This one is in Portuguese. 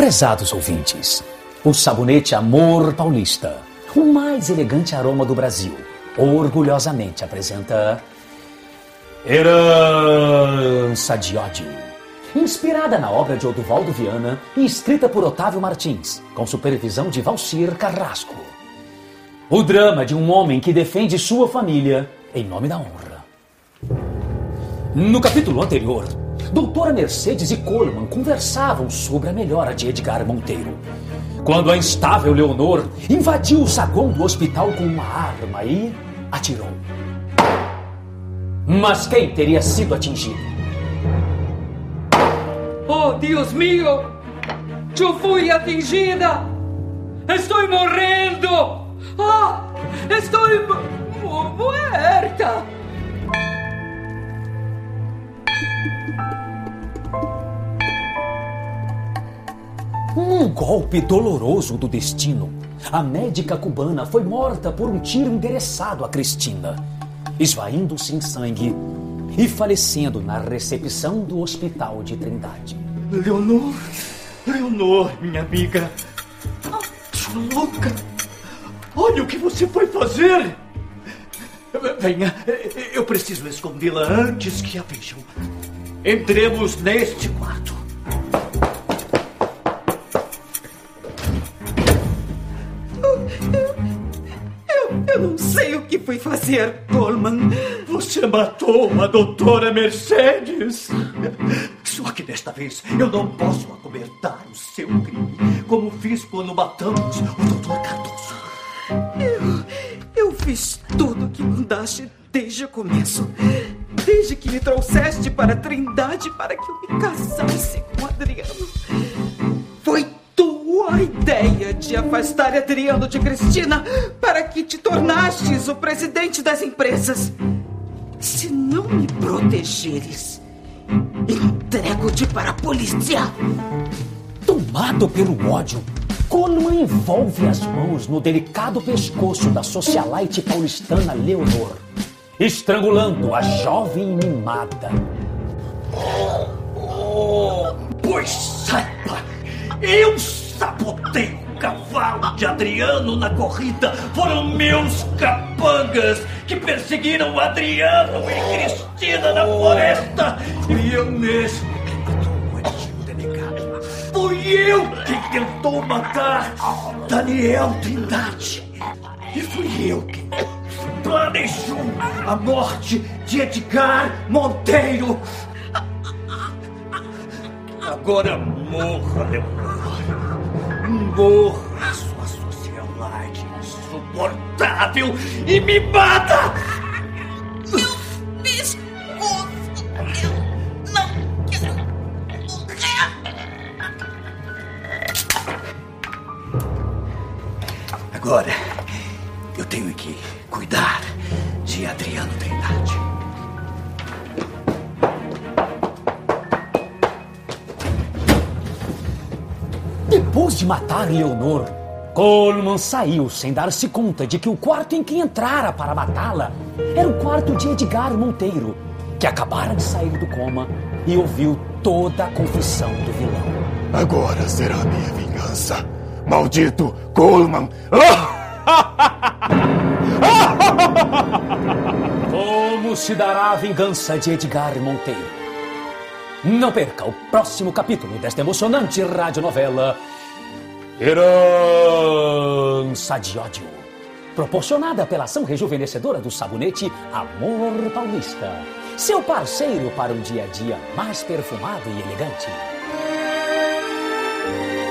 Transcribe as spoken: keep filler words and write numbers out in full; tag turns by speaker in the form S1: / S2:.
S1: Prezados ouvintes, o sabonete Amor Paulista, o mais elegante aroma do Brasil, orgulhosamente apresenta Herança de Ódio, inspirada na obra de Oduvaldo Viana e escrita por Otávio Martins, com supervisão de Valcir Carrasco. O drama de um homem que defende sua família em nome da honra. No capítulo anterior, doutora Mercedes e Coleman conversavam sobre a melhora de Edgar Monteiro, quando a instável Leonor invadiu o saguão do hospital com uma arma e atirou. Mas quem teria sido atingido?
S2: Oh, Deus mío! Eu fui atingida! Estou morrendo! Ah! Estou mu muerta!
S1: Um golpe doloroso do destino. A médica cubana foi morta por um tiro endereçado a Cristina, esvaindo-se em sangue e falecendo na recepção do hospital de Trindade.
S3: Leonor, Leonor, minha amiga, sua louca, olha o que você foi fazer. Venha, eu preciso escondê-la antes que a vejam. Entremos neste quarto.
S2: Eu não sei o que fui fazer, Coleman.
S3: Você matou a doutora Mercedes. Só que desta vez eu não posso acobertar o seu crime, como fiz quando matamos o doutor Cardoso.
S2: Eu, eu fiz tudo o que mandaste desde o começo. Desde que me trouxeste para a Trindade para que eu me casasse com Adriano. Foi tua ideia de afastar Adriano de Cristina para que te tornastes o presidente das empresas. Se não me protegeres, entrego-te para a polícia.
S1: Tomado pelo ódio, Coleman envolve as mãos no delicado pescoço da socialite paulistana Leonor, estrangulando a jovem mimada.
S3: Oh, pois saiba, eu sabotei o cavalo de Adriano na corrida. Foram meus capangas que perseguiram Adriano e Cristina na floresta. E eu mesmo que matou o antigo delegado. Fui eu quem tentou matar Daniel Trindade. E fui eu quem planejou a morte de Edgar Monteiro. Agora morra, Leonor. Morra, sua socialite insuportável, e me mata!
S4: Eu fiz curso. Eu não quero morrer.
S3: Agora, eu tenho que cuidar de Adriano Trindade.
S1: Depois de matar Leonor, Coleman saiu sem dar-se conta de que o quarto em que entrara para matá-la era o quarto de Edgar Monteiro, que acabara de sair do coma e ouviu toda a confissão do vilão.
S5: Agora será minha vingança, maldito Coleman!
S1: Como se dará a vingança de Edgar Monteiro? Não perca o próximo capítulo desta emocionante radionovela Herança de Ódio, proporcionada pela ação rejuvenescedora do sabonete Amor Paulista, seu parceiro para um dia a dia mais perfumado e elegante.